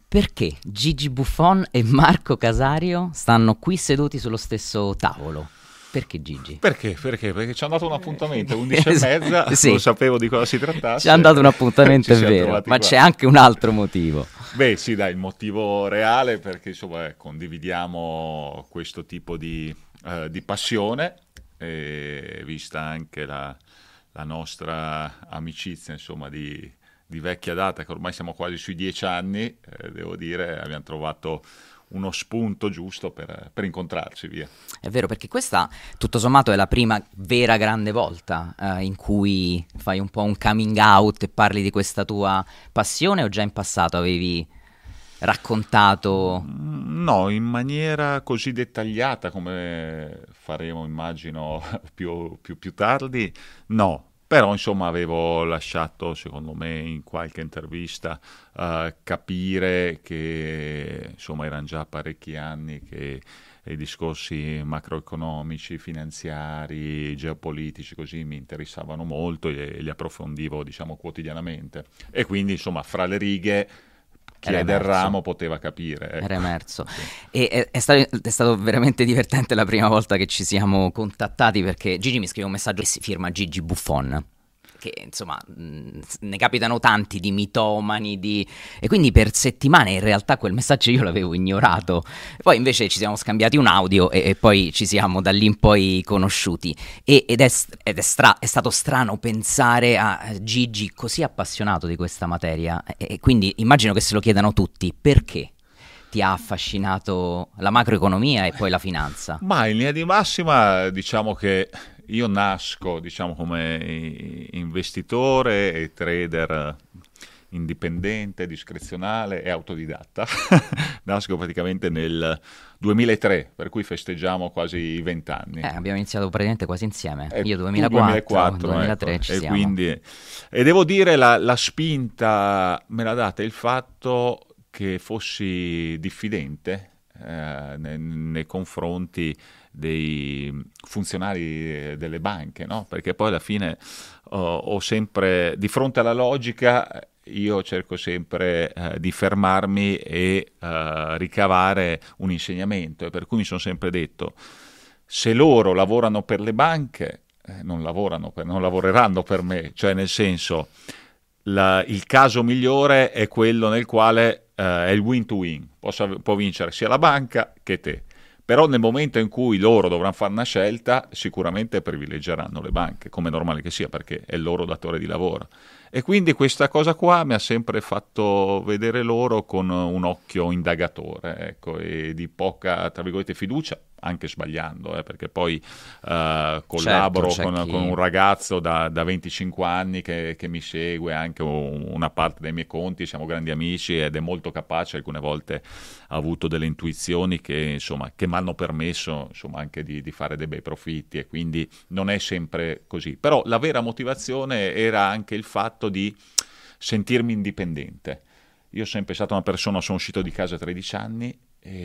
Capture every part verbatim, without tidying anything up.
Perché Gigi Buffon e Marco Casario stanno qui seduti sullo stesso tavolo? Perché Gigi? Perché? Perché? Perché ci hanno dato un appuntamento undici e mezza, sì. Non sapevo di cosa si trattasse. Ci hanno dato un appuntamento, è vero, ma qua. C'è anche un altro motivo. Beh sì, dai, il motivo reale perché insomma eh, condividiamo questo tipo di, uh, di passione, e vista anche la, la nostra amicizia insomma di, di vecchia data, che ormai siamo quasi sui dieci anni, eh, devo dire, abbiamo trovato uno spunto giusto per, per incontrarci, via. È vero, perché questa tutto sommato è la prima vera grande volta eh, in cui fai un po' un coming out e parli di questa tua passione, o già in passato avevi raccontato? No, in maniera così dettagliata come faremo immagino più, più, più tardi, no. Però insomma avevo lasciato, secondo me, in qualche intervista uh, capire che insomma erano già parecchi anni che i discorsi macroeconomici, finanziari, geopolitici così mi interessavano molto e li approfondivo diciamo quotidianamente. E quindi insomma fra le righe chi è del ramo poteva capire. Ecco. Era emerso. Sì. E è, è, stato, è stato veramente divertente la prima volta che ci siamo contattati, perché Gigi mi scrive un messaggio che si firma Gigi Buffon, che insomma mh, ne capitano tanti di mitomani di... e quindi per settimane in realtà quel messaggio io l'avevo ignorato, poi invece ci siamo scambiati un audio e, e poi ci siamo da lì in poi conosciuti e, ed, è, ed è, stra- è stato strano pensare a Gigi così appassionato di questa materia e, e quindi immagino che se lo chiedano tutti: perché ti ha affascinato la macroeconomia e poi la finanza? Ma in linea di massima diciamo che io nasco diciamo come investitore e trader indipendente, discrezionale e autodidatta. Nasco praticamente nel duemilatré, per cui festeggiamo quasi i vent'anni. Eh, abbiamo iniziato praticamente quasi insieme. Eh, Io duemilaquattro, duemilaquattro, duemilatré ecco. ci e siamo. Quindi, e devo dire la, la spinta me l'ha data il fatto che fossi diffidente eh, nei, nei confronti dei funzionari delle banche, no? Perché poi alla fine uh, ho sempre, di fronte alla logica, io cerco sempre uh, di fermarmi e uh, ricavare un insegnamento, e per cui mi sono sempre detto: se loro lavorano per le banche, eh, non lavorano per, non lavoreranno per me, cioè nel senso la, il caso migliore è quello nel quale uh, è il win to win, Posso, può vincere sia la banca che te. Però nel momento in cui loro dovranno fare una scelta, sicuramente privilegieranno le banche, come è normale che sia, perché è il loro datore di lavoro. E quindi questa cosa qua mi ha sempre fatto vedere loro con un occhio indagatore, ecco, e di poca, tra virgolette, fiducia, anche sbagliando, eh, perché poi uh, collaboro certo, con, chi... con un ragazzo da, da venticinque anni che, che mi segue anche una parte dei miei conti, siamo grandi amici ed è molto capace, alcune volte ha avuto delle intuizioni che insomma che mi hanno permesso insomma anche di, di fare dei bei profitti, e quindi non è sempre così. Però la vera motivazione era anche il fatto di sentirmi indipendente. Io sono sempre stata una persona, sono uscito di casa a tredici anni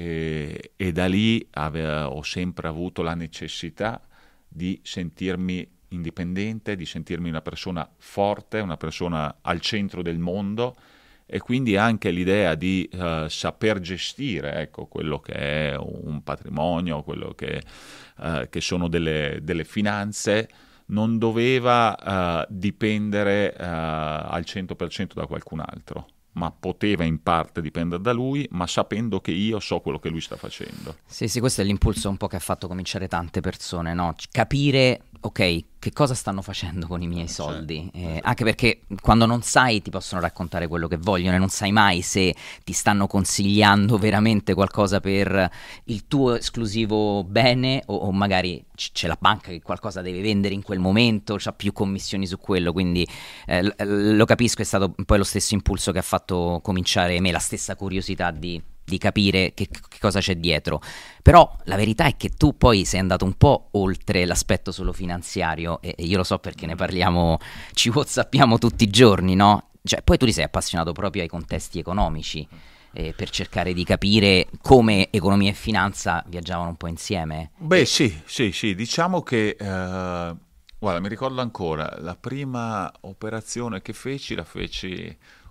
e, e da lì ave, ho sempre avuto la necessità di sentirmi indipendente, di sentirmi una persona forte, una persona al centro del mondo, e quindi anche l'idea di uh, saper gestire, ecco, quello che è un patrimonio, quello che, uh, che sono delle, delle finanze, non doveva uh, dipendere uh, al cento per cento da qualcun altro, ma poteva in parte dipendere da lui, ma sapendo che io so quello che lui sta facendo. Sì, sì, questo è l'impulso un po' che ha fatto cominciare tante persone, no? Capire, ok, che cosa stanno facendo con i miei soldi, eh, anche perché quando non sai ti possono raccontare quello che vogliono e non sai mai se ti stanno consigliando veramente qualcosa per il tuo esclusivo bene, o, o magari c- c'è la banca che qualcosa deve vendere in quel momento, c'ha più commissioni su quello, quindi eh, l- lo capisco, è stato poi lo stesso impulso che ha fatto cominciare me, la stessa curiosità di di capire che, che cosa c'è dietro. Però la verità è che tu poi sei andato un po' oltre l'aspetto solo finanziario, e, e io lo so perché ne parliamo, ci whatsappiamo tutti i giorni, no? Cioè, poi tu ti sei appassionato proprio ai contesti economici, eh, per cercare di capire come economia e finanza viaggiavano un po' insieme. Beh, sì, sì, sì, diciamo che uh, guarda, mi ricordo ancora la prima operazione che feci, la feci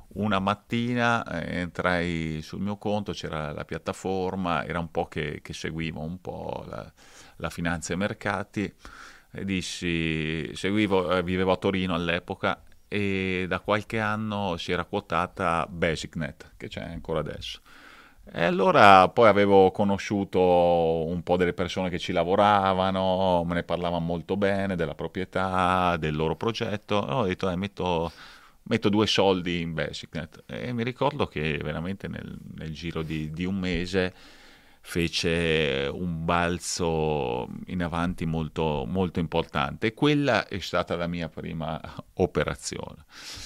una mattina eh, entrai sul mio conto, c'era la piattaforma, era un po' che, che seguivo un po' la, la finanza e i mercati, e dissi, seguivo, eh, vivevo a Torino all'epoca, e da qualche anno si era quotata BasicNet, che c'è ancora adesso. E allora poi avevo conosciuto un po' delle persone che ci lavoravano, me ne parlavano molto bene della proprietà, del loro progetto, e ho detto, eh, metto, metto due soldi in BasicNet. E mi ricordo che veramente nel, nel giro di, di un mese fece un balzo in avanti molto, molto importante. E quella è stata la mia prima operazione.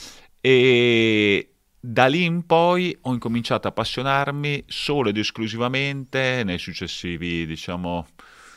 E da lì in poi ho incominciato a appassionarmi solo ed esclusivamente nei successivi, diciamo,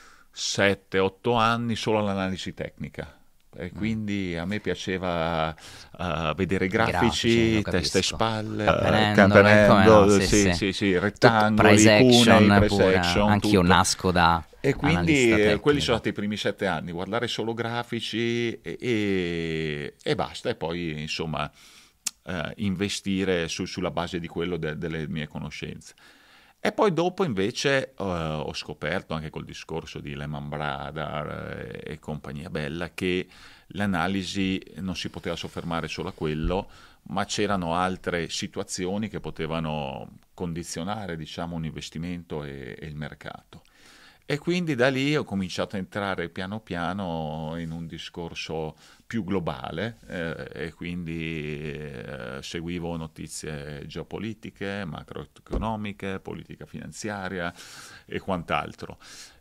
sette otto anni solo all'analisi tecnica. E quindi a me piaceva uh, vedere i grafici, Grafici, testa e spalle, Campanendo, campanendo, no, sì, sì, sì. sì, sì, Tutto rettangoli, price action cunei, pure, price action, anch'io tutto. nasco da E quindi analista eh, quelli sono tecnico. stati i primi sette anni, guardare solo grafici e, e- e basta, e poi insomma eh, investire su- sulla base di quello de- delle mie conoscenze. E poi dopo invece eh, ho scoperto anche col discorso di Lehman Brothers eh, e compagnia bella che l'analisi non si poteva soffermare solo a quello, ma c'erano altre situazioni che potevano condizionare, diciamo, un investimento e, e il mercato. E quindi da lì ho cominciato a entrare piano piano in un discorso più globale eh, e quindi eh, seguivo notizie geopolitiche, macroeconomiche, politica finanziaria e quant'altro.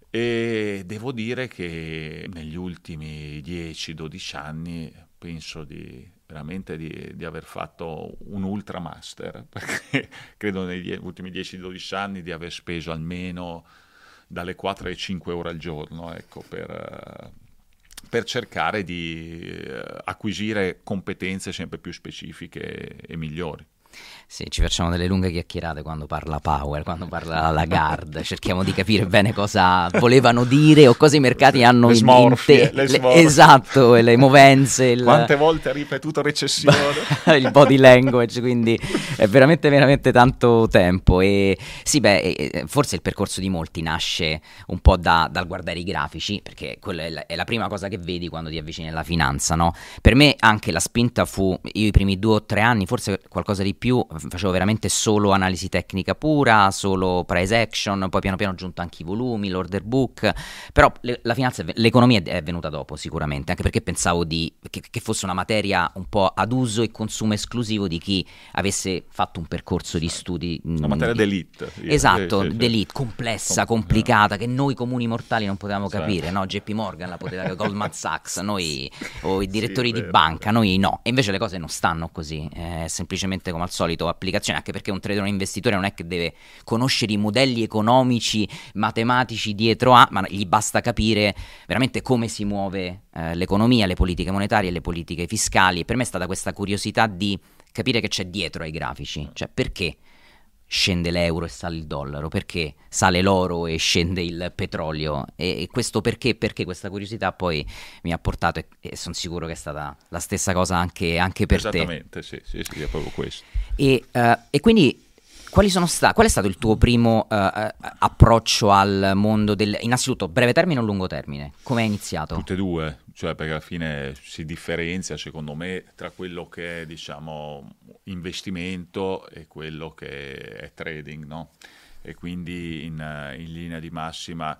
E devo dire che negli ultimi dieci dodici anni penso di veramente di, di aver fatto un ultra master, perché credo negli ultimi dieci dodici anni di aver speso almeno dalle quattro alle cinque ore al giorno, ecco, per, eh, per cercare di eh, acquisire competenze sempre più specifiche e migliori. Sì, ci facciamo delle lunghe chiacchierate quando parla Powell, quando parla Lagarde, cerchiamo di capire bene cosa volevano dire o cosa i mercati hanno Le in smorfie, mente. le Le- smorfie. esatto, e le movenze, il, Quante volte ha ripetuto recessione? il body language, quindi è veramente veramente tanto tempo. E sì, beh, e- forse il percorso di molti nasce un po' da- dal guardare i grafici, perché quella è la, è la prima cosa che vedi quando ti avvicini alla finanza, no? Per me anche la spinta fu, io i primi due o tre anni, forse qualcosa di più, facevo veramente solo analisi tecnica pura, solo price action, poi piano piano ho aggiunto anche i volumi, l'order book, però le- la finanza, è ve- l'economia è, è venuta dopo sicuramente, anche perché pensavo di, che, che fosse una materia un po' ad uso e consumo esclusivo di chi avesse fatto un percorso di studi. Una mh, materia di- d'elite. Esatto, Sì, sì, sì. d'elite, complessa, Com- complicata, che noi comuni mortali non potevamo Sì. capire, no? J P Morgan la poteva, Goldman Sachs, noi o i Sì, direttori è di vero, banca, è vero. noi no. E invece le cose non stanno così, è semplicemente come al solito applicazione, anche perché un trader, un investitore non è che deve conoscere i modelli economici, matematici dietro a, ma gli basta capire veramente come si muove eh, l'economia, le politiche monetarie, le politiche fiscali. E per me è stata questa curiosità di capire che c'è dietro ai grafici, cioè perché scende l'euro e sale il dollaro, perché sale l'oro e scende il petrolio, e, e questo perché, perché questa curiosità poi mi ha portato, e, e sono sicuro che è stata la stessa cosa anche, anche per te. Esattamente, sì, sì, sì, è proprio questo. E, eh, e quindi quali sono sta- qual è stato il tuo primo eh, eh, approccio al mondo del, innanzitutto, breve termine o lungo termine? Come hai iniziato? Tutte e due, cioè perché alla fine si differenzia secondo me tra quello che è diciamo investimento e quello che è trading, no? E quindi in, eh, in linea di massima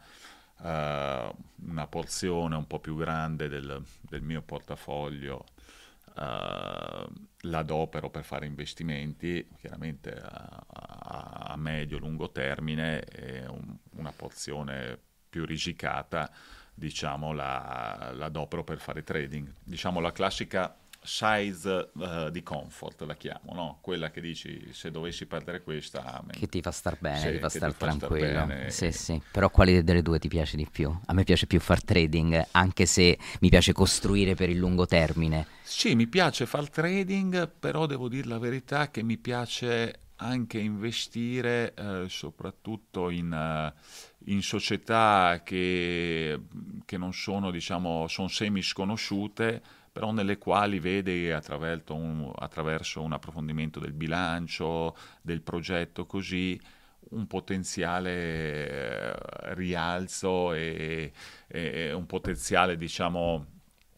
eh, una porzione un po' più grande del, del mio portafoglio eh, la adopero per fare investimenti, chiaramente a, a- a medio-lungo termine, e un- una porzione più risicata, diciamo, la, la adopero per fare trading. Diciamo la classica size eh, di comfort, la chiamo, no? Quella che dici, se dovessi perdere questa, amen. Che ti fa star bene, Sì, ti fa che star ti fa star tranquillo. bene. Sì, sì. Però quale delle due ti piace di più? A me piace più far trading, anche se mi piace costruire per il lungo termine. Sì, mi piace fare trading, però devo dire la verità che mi piace anche investire, eh, soprattutto in, eh, in società che, che non sono, diciamo, sono semi sconosciute, però nelle quali vede attraverso un, attraverso un approfondimento del bilancio, del progetto così, un potenziale eh, rialzo e, e un potenziale, diciamo,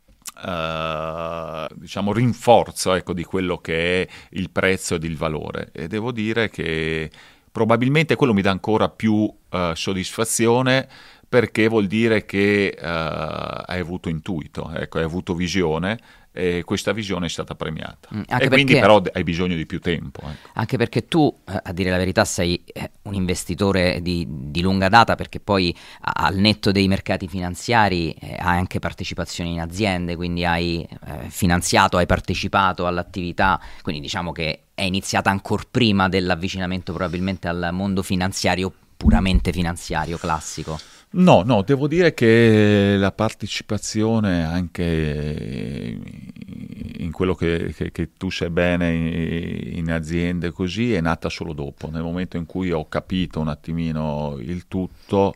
Uh, diciamo rinforzo, ecco, di quello che è il prezzo ed il valore, e devo dire che probabilmente quello mi dà ancora più uh, soddisfazione, perché vuol dire che uh, hai avuto intuito, ecco, hai avuto visione, e questa visione è stata premiata. Mm, e quindi perché, però hai bisogno di più tempo. Ecco. Anche perché tu, a dire la verità, sei un investitore di, di lunga data, perché poi al netto dei mercati finanziari eh, hai anche partecipazioni in aziende, quindi hai eh, finanziato, hai partecipato all'attività, quindi diciamo che è iniziata ancora prima dell'avvicinamento probabilmente al mondo finanziario, puramente finanziario, classico. No, no, devo dire che la partecipazione anche in quello che, che, che tu sai bene in, in aziende così è nata solo dopo, nel momento in cui ho capito un attimino il tutto.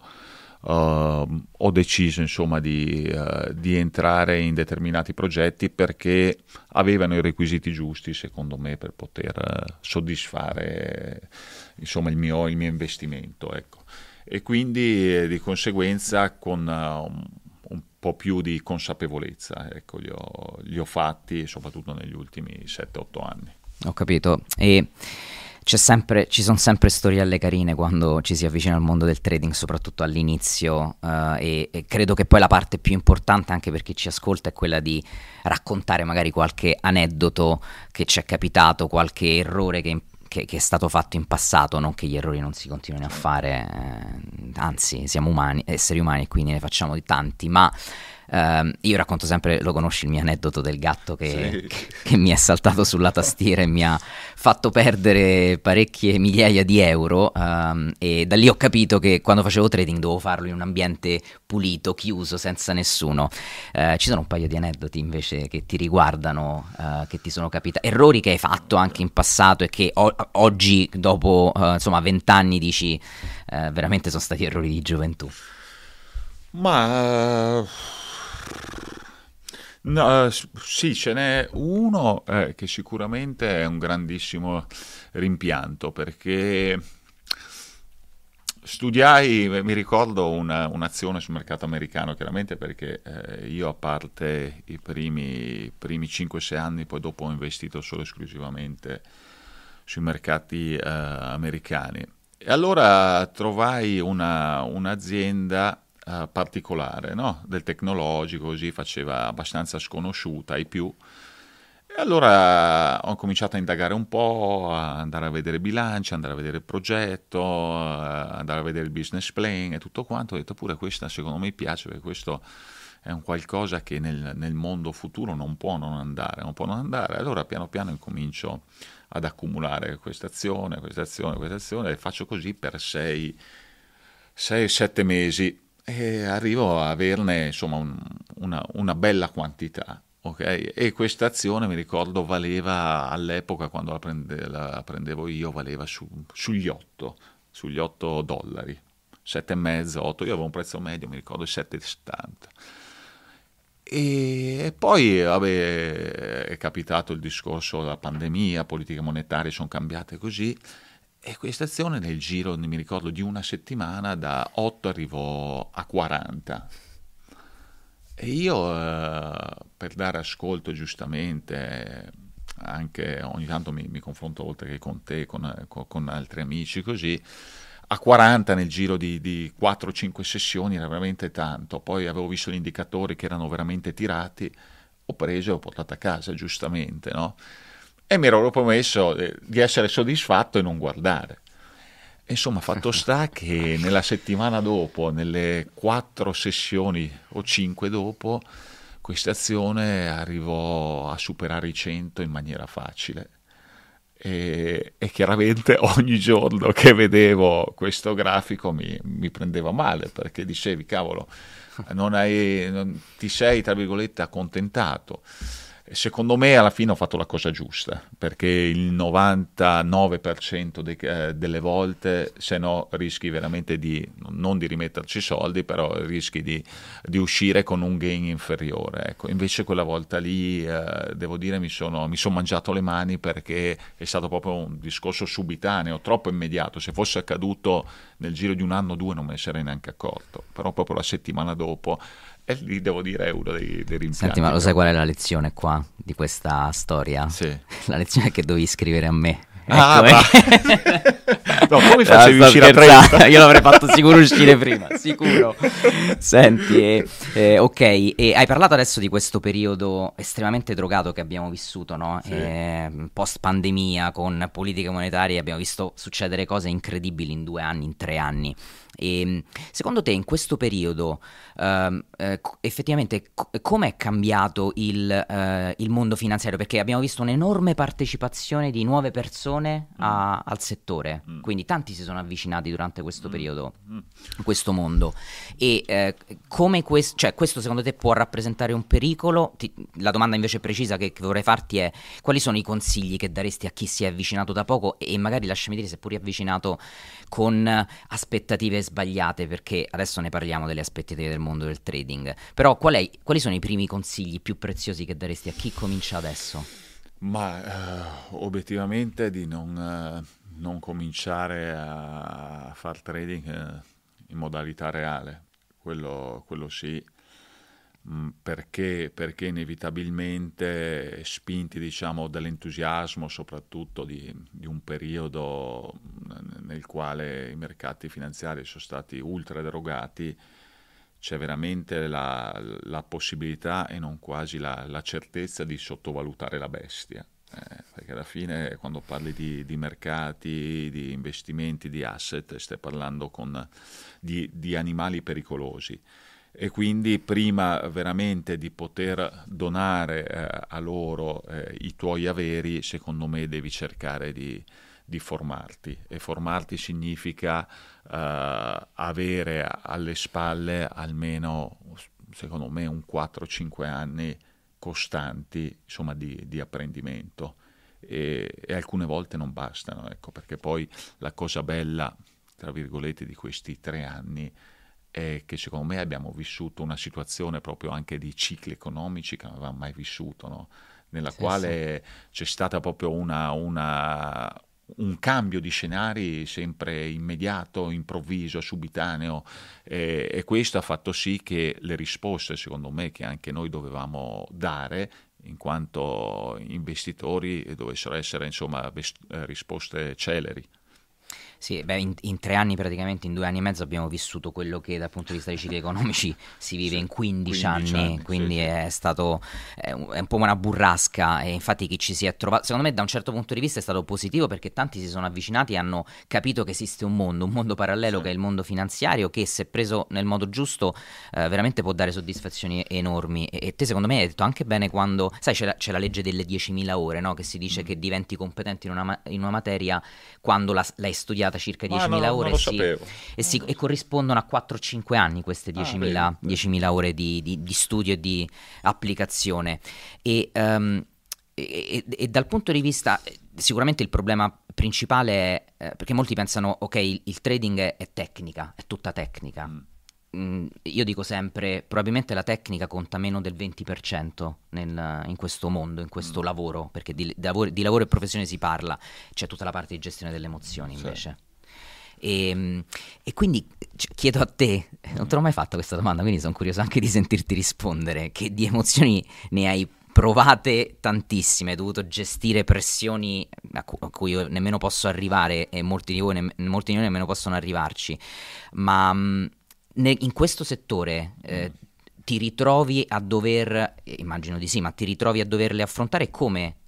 Uh, ho deciso insomma di, uh, di entrare in determinati progetti perché avevano i requisiti giusti, secondo me, per poter uh, soddisfare insomma il mio, il mio investimento, ecco. E quindi eh, di conseguenza con uh, un, un po' più di consapevolezza, ecco, li ho, li ho fatti, soprattutto negli ultimi sette otto anni. Ho capito. E c'è sempre, ci sono sempre storielle carine quando ci si avvicina al mondo del trading, soprattutto all'inizio, uh, e, e credo che poi la parte più importante anche per chi ci ascolta è quella di raccontare magari qualche aneddoto che ci è capitato, qualche errore che Che, che è stato fatto in passato, non che gli errori non si continuino a fare, eh, anzi siamo umani, esseri umani, e quindi ne facciamo di tanti, ma ehm, io racconto sempre, lo conosci il mio aneddoto del gatto che, sì. che, che mi è saltato sulla tastiera e mi ha fatto perdere parecchie migliaia di euro, ehm, e da lì ho capito che quando facevo trading dovevo farlo in un ambiente pulito, chiuso, senza nessuno. Eh, ci sono un paio di aneddoti invece che ti riguardano, eh, che ti sono capitati, errori che hai fatto anche in passato e che o- oggi, dopo uh, insomma vent'anni, dici uh, veramente sono stati errori di gioventù? Ma uh, no, sì, ce n'è uno eh, che sicuramente è un grandissimo rimpianto, perché studiai, mi ricordo, una, un'azione sul mercato americano, chiaramente perché eh, io, a parte i primi, primi cinque sei anni, poi dopo ho investito solo esclusivamente sui mercati eh, americani. E allora trovai una, un'azienda eh, particolare, no? Del tecnologico, così, faceva abbastanza sconosciuta ai più. E allora ho cominciato a indagare un po', a andare a vedere i bilanci, andare a vedere il progetto, andare a vedere il business plan e tutto quanto. Ho detto, pure questa secondo me piace, perché questo è un qualcosa che nel, nel mondo futuro non può non andare, non può non andare. Allora piano piano incomincio ad accumulare questa azione, questa azione, questa azione, e faccio così per sei, sei sette mesi e arrivo a averne insomma un, una, una bella quantità. Okay. E questa azione, mi ricordo, valeva all'epoca, quando la, prende, la prendevo io, valeva su, sugli otto, sugli otto dollari, sette e mezzo, otto. Io avevo un prezzo medio, mi ricordo, sette virgola settanta. E poi vabbè, è capitato il discorso della pandemia, politiche monetarie sono cambiate così, e questa azione nel giro, mi ricordo, di una settimana da otto arrivò a quaranta. E io, eh, per dare ascolto, giustamente, anche ogni tanto mi, mi confronto, oltre che con te, con, con, con altri amici, così, a quaranta nel giro di, di quattro cinque sessioni era veramente tanto. Poi avevo visto gli indicatori che erano veramente tirati, ho preso e ho portato a casa, giustamente, no? E mi ero promesso di essere soddisfatto e non guardare. Insomma, fatto sta che nella settimana dopo, nelle quattro sessioni o cinque dopo, questa azione arrivò a superare i cento in maniera facile. E, e chiaramente ogni giorno che vedevo questo grafico mi, mi prendeva male, perché dicevi, cavolo, non hai, non, ti sei, tra virgolette, accontentato. secondo me alla fine ho fatto la cosa giusta, perché il novantanove per cento de, eh, delle volte, se no rischi veramente di, non di rimetterci soldi, però rischi di, di uscire con un gain inferiore. Ecco. Invece quella volta lì, eh, devo dire, mi sono, mi sono mangiato le mani, perché è stato proprio un discorso subitaneo, troppo immediato. Se fosse accaduto nel giro di un anno o due non me ne sarei neanche accorto, però proprio la settimana dopo. E lì devo dire è uno dei, dei rimpianti. Senti, ma lo sai qual è la lezione qua di questa storia? Sì. La lezione è che dovevi scrivere a me. Ah, ecco, no, come facevi no, uscire a trenta? Io l'avrei fatto sicuro uscire prima, sicuro. Senti, eh, eh, ok, e hai parlato adesso di questo periodo estremamente drogato che abbiamo vissuto, no? Sì. Eh, post pandemia, con politiche monetarie, abbiamo visto succedere cose incredibili in due anni, in tre anni. E secondo te in questo periodo uh, eh, effettivamente co- come è cambiato il, uh, il mondo finanziario? Perché abbiamo visto un'enorme partecipazione di nuove persone a, mm. al settore, mm. quindi tanti si sono avvicinati durante questo mm. periodo mm. in questo mondo. E eh, come questo, cioè, questo secondo te può rappresentare un pericolo? Ti, la domanda invece precisa che, che vorrei farti è: quali sono i consigli che daresti a chi si è avvicinato da poco e, e magari, lasciami dire, seppur avvicinato con aspettative sbagliate, perché adesso ne parliamo delle aspettative del mondo del trading, però qual è, quali sono i primi consigli più preziosi che daresti a chi comincia adesso? Ma uh, obiettivamente di non, uh, non cominciare a, a far trading uh, in modalità reale, quello, quello sì, mh, perché, perché inevitabilmente spinti, diciamo, dall'entusiasmo soprattutto di, di un periodo nel quale i mercati finanziari sono stati ultra drogati, c'è veramente la, la possibilità e non quasi la, la certezza di sottovalutare la bestia, eh, perché alla fine quando parli di, di mercati, di investimenti, di asset, stai parlando con, di, di animali pericolosi. E quindi prima veramente di poter donare eh, a loro eh, i tuoi averi, secondo me devi cercare di, di formarti, e formarti significa uh, avere alle spalle almeno, secondo me, un quattro cinque anni costanti, insomma, di, di apprendimento, e, e alcune volte non bastano, ecco, perché poi la cosa bella, tra virgolette, di questi tre anni è che secondo me abbiamo vissuto una situazione proprio anche di cicli economici che non avevamo mai vissuto, no? Nella sì, quale sì. c'è stata proprio una, una, un cambio di scenari sempre immediato, improvviso, subitaneo, e, e questo ha fatto sì che le risposte, secondo me, che anche noi dovevamo dare in quanto investitori dovessero essere, insomma, best- risposte celeri. Sì, beh, in, in tre anni praticamente, in due anni e mezzo abbiamo vissuto quello che dal punto di vista dei cicli economici si vive sì, in quindici, quindici anni, anni, quindi sì, è stato è un, è un po' una burrasca, e infatti chi ci si è trovato, secondo me da un certo punto di vista è stato positivo, perché tanti si sono avvicinati e hanno capito che esiste un mondo, un mondo parallelo sì. che è il mondo finanziario, che se preso nel modo giusto eh, veramente può dare soddisfazioni enormi, e, e te secondo me hai detto anche bene quando, sai, c'è la, c'è la legge delle diecimila ore, no? Che si dice mm. che diventi competente in una, in una materia quando la, l'hai studiata circa diecimila ah, ore non si, e, si, e corrispondono a quattro cinque anni queste diecimila ah, ore di, di, di studio e di applicazione, e, um, e, e, e dal punto di vista, sicuramente il problema principale è eh, perché molti pensano ok, il, il trading è, è tecnica, è tutta tecnica. mm. Mm, io dico sempre, probabilmente la tecnica conta meno del venti per cento nel, in questo mondo, in questo mm. lavoro, perché di, di, lavoro, di lavoro e professione si parla, c'è tutta la parte di gestione delle emozioni invece. Sì. E, e quindi chiedo a te, non te l'ho mai fatto questa domanda, quindi sono curioso anche di sentirti rispondere, che di emozioni ne hai provate tantissime, hai dovuto gestire pressioni a, cu- a cui io nemmeno posso arrivare, e molti di voi, nemm- molti di noi nemmeno possono arrivarci, ma mh, in questo settore eh, ti ritrovi a dover, immagino di sì, ma ti ritrovi a doverle affrontare, come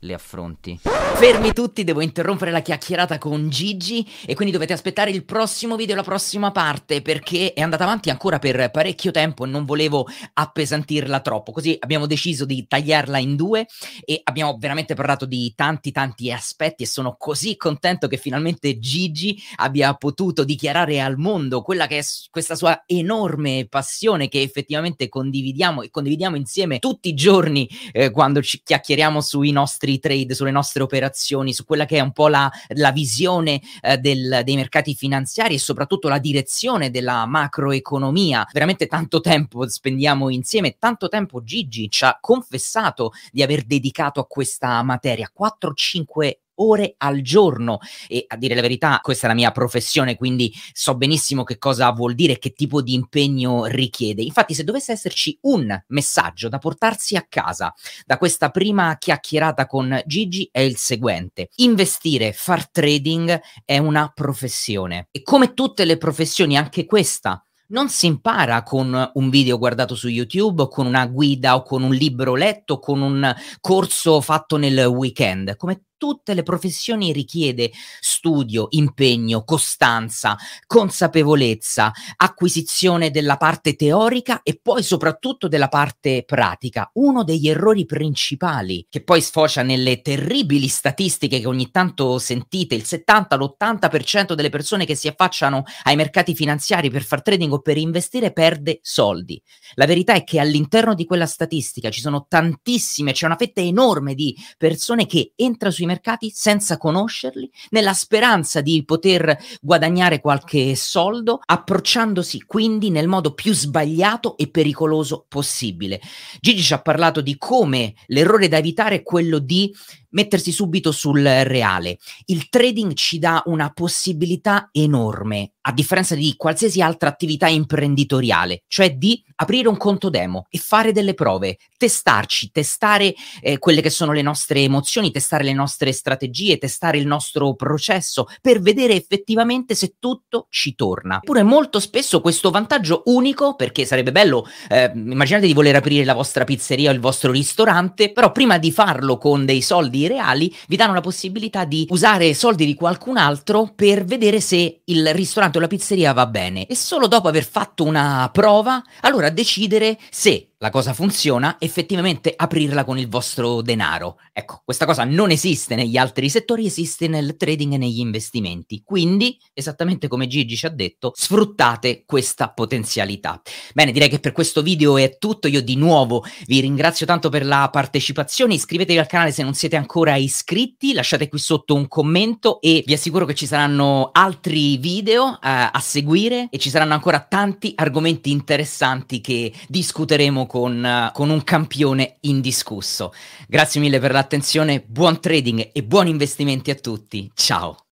le affronti. Fermi tutti, devo interrompere la chiacchierata con Gigi e quindi dovete aspettare il prossimo video, la prossima parte, perché è andata avanti ancora per parecchio tempo e non volevo appesantirla troppo, così abbiamo deciso di tagliarla in due e abbiamo veramente parlato di tanti tanti aspetti e sono così contento che finalmente Gigi abbia potuto dichiarare al mondo quella che è questa sua enorme passione che effettivamente condividiamo e condividiamo insieme tutti i giorni eh, quando ci chiacchieriamo sui nostri trade, sulle nostre operazioni, su quella che è un po' la, la visione eh, del, dei mercati finanziari e soprattutto la direzione della macroeconomia. Veramente tanto tempo spendiamo insieme, tanto tempo Gigi ci ha confessato di aver dedicato a questa materia, quattro cinque ore al giorno, e a dire la verità questa è la mia professione, quindi so benissimo che cosa vuol dire, che tipo di impegno richiede. Infatti se dovesse esserci un messaggio da portarsi a casa da questa prima chiacchierata con Gigi è il seguente: investire, far trading è una professione e come tutte le professioni anche questa non si impara con un video guardato su YouTube o con una guida o con un libro letto o con un corso fatto nel weekend. Come tutte le professioni richiede studio, impegno, costanza, consapevolezza, acquisizione della parte teorica e poi soprattutto della parte pratica. Uno degli errori principali che poi sfocia nelle terribili statistiche che ogni tanto sentite: il settanta l'ottanta per cento delle persone che si affacciano ai mercati finanziari per far trading o per investire perde soldi. La verità è che all'interno di quella statistica ci sono tantissime, c'è una fetta enorme di persone che entra sui mercati senza conoscerli, nella speranza di poter guadagnare qualche soldo, approcciandosi quindi nel modo più sbagliato e pericoloso possibile. Gigi ci ha parlato di come l'errore da evitare è quello di mettersi subito sul reale. Il trading ci dà una possibilità enorme, a differenza di qualsiasi altra attività imprenditoriale, cioè di aprire un conto demo e fare delle prove, testarci, testare eh, quelle che sono le nostre emozioni, testare le nostre strategie, testare il nostro processo per vedere effettivamente se tutto ci torna. Eppure molto spesso questo vantaggio unico, perché sarebbe bello, eh, immaginate di voler aprire la vostra pizzeria o il vostro ristorante, però prima di farlo con dei soldi reali vi danno la possibilità di usare soldi di qualcun altro per vedere se il ristorante o la pizzeria va bene e solo dopo aver fatto una prova allora decidere se la cosa funziona, effettivamente aprirla con il vostro denaro. Ecco, questa cosa non esiste negli altri settori, esiste nel trading e negli investimenti. Quindi, esattamente come Gigi ci ha detto, sfruttate questa potenzialità. Bene, direi che per questo video è tutto. Io di nuovo vi ringrazio tanto per la partecipazione. Iscrivetevi al canale se non siete ancora iscritti, lasciate qui sotto un commento e vi assicuro che ci saranno altri video uh, a seguire e ci saranno ancora tanti argomenti interessanti che discuteremo Con, con un campione indiscusso. Grazie mille per l'attenzione, buon trading e buoni investimenti a tutti. Ciao!